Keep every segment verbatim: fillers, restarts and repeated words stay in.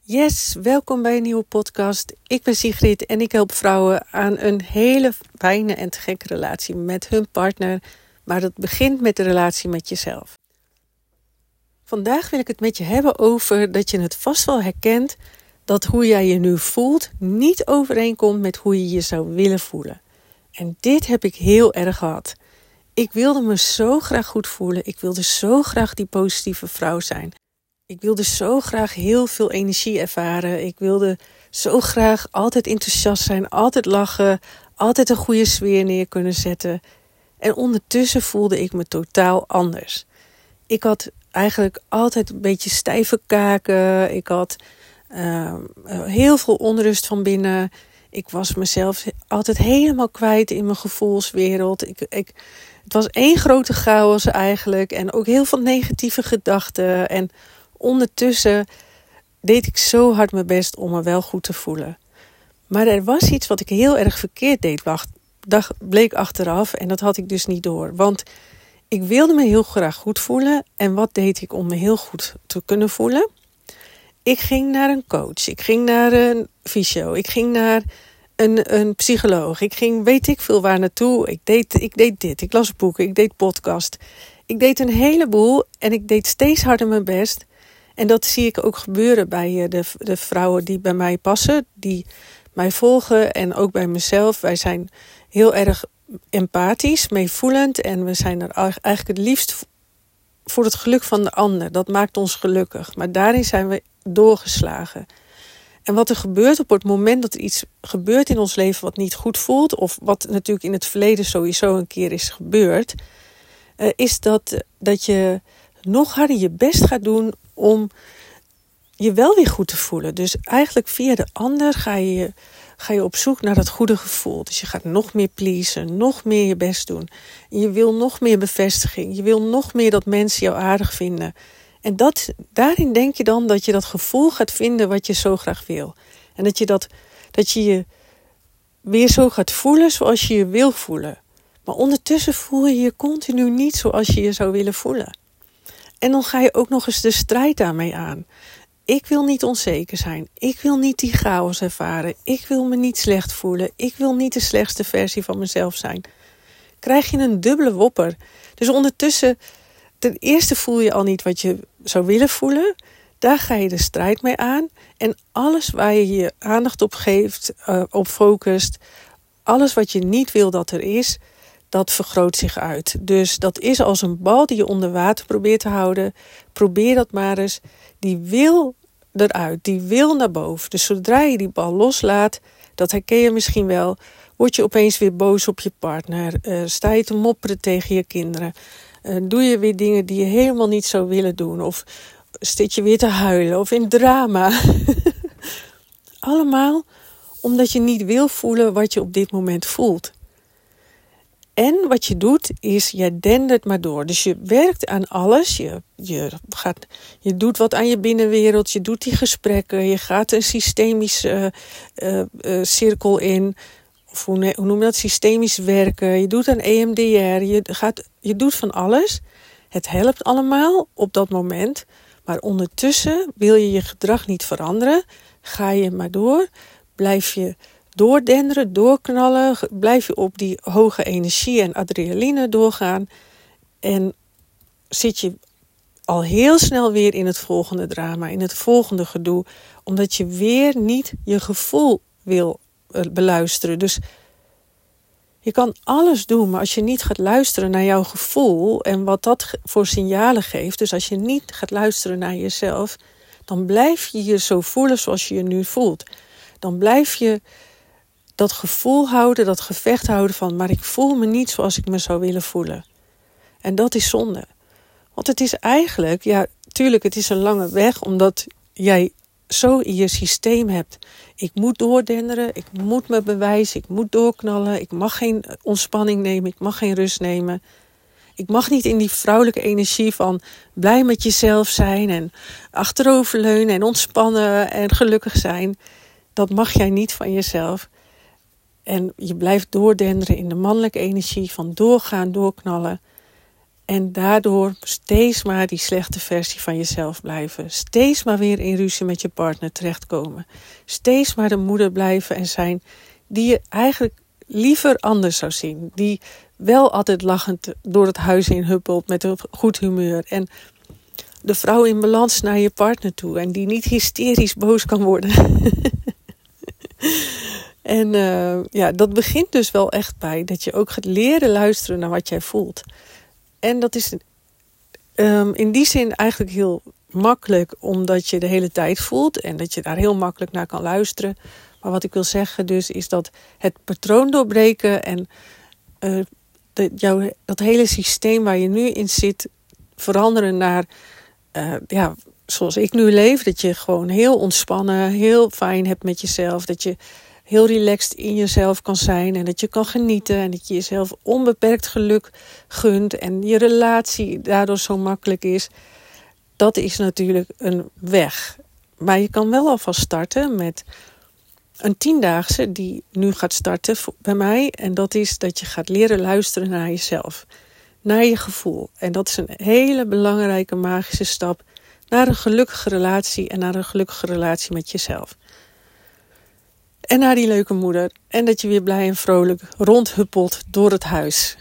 Yes, welkom bij een nieuwe podcast. Ik ben Sigrid en ik help vrouwen aan een hele fijne en te gekke relatie met hun partner. Maar dat begint met de relatie met jezelf. Vandaag wil ik het met je hebben over dat je het vast wel herkent dat hoe jij je nu voelt niet overeenkomt met hoe je je zou willen voelen. En dit heb ik heel erg gehad. Ik wilde me zo graag goed voelen. Ik wilde zo graag die positieve vrouw zijn. Ik wilde zo graag heel veel energie ervaren. Ik wilde zo graag altijd enthousiast zijn, altijd lachen, altijd een goede sfeer neer kunnen zetten. En ondertussen voelde ik me totaal anders. Ik had eigenlijk altijd een beetje stijve kaken. Ik had uh, heel veel onrust van binnen. Ik was mezelf altijd helemaal kwijt in mijn gevoelswereld. Ik, ik, het was één grote chaos eigenlijk. En ook heel veel negatieve gedachten. En ondertussen deed ik zo hard mijn best om me wel goed te voelen. Maar er was iets wat ik heel erg verkeerd deed, wacht, dat bleek achteraf en dat had ik dus niet door. Want ik wilde me heel graag goed voelen. En wat deed ik om me heel goed te kunnen voelen? Ik ging naar een coach, ik ging naar een fysio, ik ging naar een, een psycholoog. Ik ging weet ik veel waar naartoe. Ik deed, ik deed dit, ik las boeken, ik deed podcast. Ik deed een heleboel en ik deed steeds harder mijn best. En dat zie ik ook gebeuren bij de, de vrouwen die bij mij passen, die mij volgen en ook bij mezelf. Wij zijn heel erg empathisch, meevoelend en we zijn er eigenlijk het liefst voor het geluk van de ander. Dat maakt ons gelukkig, maar daarin zijn we doorgeslagen. En wat er gebeurt op het moment dat er iets gebeurt in ons leven wat niet goed voelt, of wat natuurlijk in het verleden sowieso een keer is gebeurd, uh, is dat, dat je nog harder je best gaat doen om je wel weer goed te voelen. Dus eigenlijk via de ander ga je, ga je op zoek naar dat goede gevoel. Dus je gaat nog meer pleasen, nog meer je best doen. Je wil nog meer bevestiging. Je wil nog meer dat mensen jou aardig vinden. En dat, daarin denk je dan dat je dat gevoel gaat vinden wat je zo graag wil. En dat je, dat, dat je je weer zo gaat voelen zoals je je wil voelen. Maar ondertussen voel je je continu niet zoals je je zou willen voelen. En dan ga je ook nog eens de strijd daarmee aan. Ik wil niet onzeker zijn. Ik wil niet die chaos ervaren. Ik wil me niet slecht voelen. Ik wil niet de slechtste versie van mezelf zijn. Krijg je een dubbele wopper. Dus ondertussen, ten eerste voel je al niet wat je zou willen voelen. Daar ga je de strijd mee aan. En alles waar je je aandacht op geeft, uh, op focust, alles wat je niet wil dat er is, dat vergroot zich uit. Dus dat is als een bal die je onder water probeert te houden. Probeer dat maar eens. Die wil eruit, die wil naar boven. Dus zodra je die bal loslaat, dat herken je misschien wel, word je opeens weer boos op je partner. Uh, sta je te mopperen tegen je kinderen. Uh, doe je weer dingen die je helemaal niet zou willen doen. Of zit je weer te huilen of in drama. Allemaal omdat je niet wil voelen wat je op dit moment voelt. En wat je doet is, je dendert maar door. Dus je werkt aan alles. Je, je, gaat, je doet wat aan je binnenwereld. Je doet die gesprekken. Je gaat een systemische uh, uh, uh, cirkel in. Of hoe, hoe noem je dat? Systemisch werken. Je doet aan E M D R. Je, gaat, je doet van alles. Het helpt allemaal op dat moment. Maar ondertussen wil je je gedrag niet veranderen. Ga je maar door. Blijf je doordenderen, doorknallen, blijf je op die hoge energie en adrenaline doorgaan en zit je al heel snel weer in het volgende drama, in het volgende gedoe, omdat je weer niet je gevoel wil beluisteren. Dus je kan alles doen, maar als je niet gaat luisteren naar jouw gevoel en wat dat voor signalen geeft, dus als je niet gaat luisteren naar jezelf, dan blijf je je zo voelen zoals je je nu voelt. Dan blijf je dat gevoel houden, dat gevecht houden van, maar ik voel me niet zoals ik me zou willen voelen. En dat is zonde. Want het is eigenlijk, ja, tuurlijk, het is een lange weg, omdat jij zo in je systeem hebt. Ik moet doordenderen, ik moet me bewijzen, ik moet doorknallen, ik mag geen ontspanning nemen, ik mag geen rust nemen. Ik mag niet in die vrouwelijke energie van blij met jezelf zijn en achteroverleunen en ontspannen en gelukkig zijn. Dat mag jij niet van jezelf. En je blijft doordenderen in de mannelijke energie van doorgaan, doorknallen. En daardoor steeds maar die slechte versie van jezelf blijven. Steeds maar weer in ruzie met je partner terechtkomen. Steeds maar de moeder blijven en zijn die je eigenlijk liever anders zou zien. Die wel altijd lachend door het huis in huppelt met een goed humeur. En de vrouw in balans naar je partner toe. En die niet hysterisch boos kan worden. En uh, ja, dat begint dus wel echt bij dat je ook gaat leren luisteren naar wat jij voelt. En dat is um, in die zin eigenlijk heel makkelijk, omdat je de hele tijd voelt en dat je daar heel makkelijk naar kan luisteren. Maar wat ik wil zeggen dus is dat het patroon doorbreken en uh, de, jouw, dat hele systeem waar je nu in zit veranderen naar, uh, ja, zoals ik nu leef. Dat je gewoon heel ontspannen, heel fijn hebt met jezelf. Dat je heel relaxed in jezelf kan zijn en dat je kan genieten en dat je jezelf onbeperkt geluk gunt en je relatie daardoor zo makkelijk is. Dat is natuurlijk een weg. Maar je kan wel alvast starten met een tiendaagse die nu gaat starten bij mij. En dat is dat je gaat leren luisteren naar jezelf, naar je gevoel. En dat is een hele belangrijke magische stap naar een gelukkige relatie en naar een gelukkige relatie met jezelf. En naar die leuke moeder. En dat je weer blij en vrolijk rondhuppelt door het huis.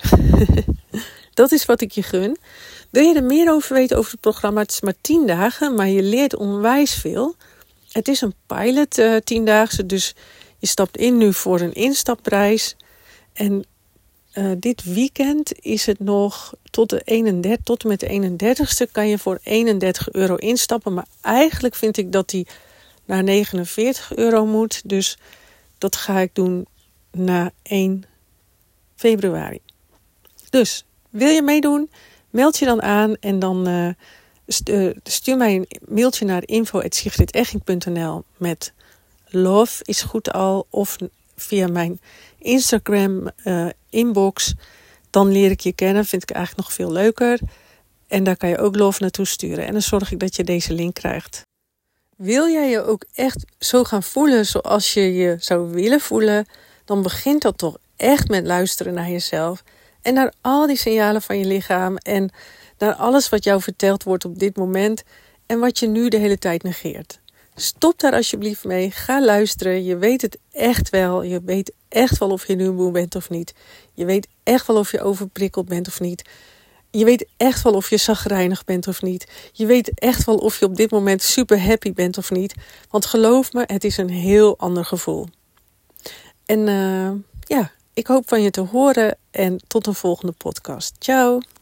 Dat is wat ik je gun. Wil je er meer over weten over het programma? Het is maar tien dagen, maar je leert onwijs veel. Het is een pilot uh, tiendaagse, dus je stapt in nu voor een instapprijs. En uh, dit weekend is het nog tot, de eenendertig, tot en met de eenendertigste kan je voor eenendertig euro instappen. Maar eigenlijk vind ik dat die naar negenenveertig euro moet. Dus dat ga ik doen na één februari. Dus wil je meedoen? Meld je dan aan en dan uh, stuur mij een mailtje naar info at sigrid eggink punt n l met love is goed al. Of via mijn Instagram uh, inbox. Dan leer ik je kennen. Vind ik eigenlijk nog veel leuker. En daar kan je ook love naartoe sturen. En dan zorg ik dat je deze link krijgt. Wil jij je ook echt zo gaan voelen zoals je je zou willen voelen, dan begint dat toch echt met luisteren naar jezelf en naar al die signalen van je lichaam en naar alles wat jou verteld wordt op dit moment en wat je nu de hele tijd negeert. Stop daar alsjeblieft mee, ga luisteren, je weet het echt wel, je weet echt wel of je nu moe bent of niet. Je weet echt wel of je overprikkeld bent of niet. Je weet echt wel of je chagrijnig bent of niet. Je weet echt wel of je op dit moment super happy bent of niet. Want geloof me, het is een heel ander gevoel. En uh, ja, ik hoop van je te horen en tot een volgende podcast. Ciao!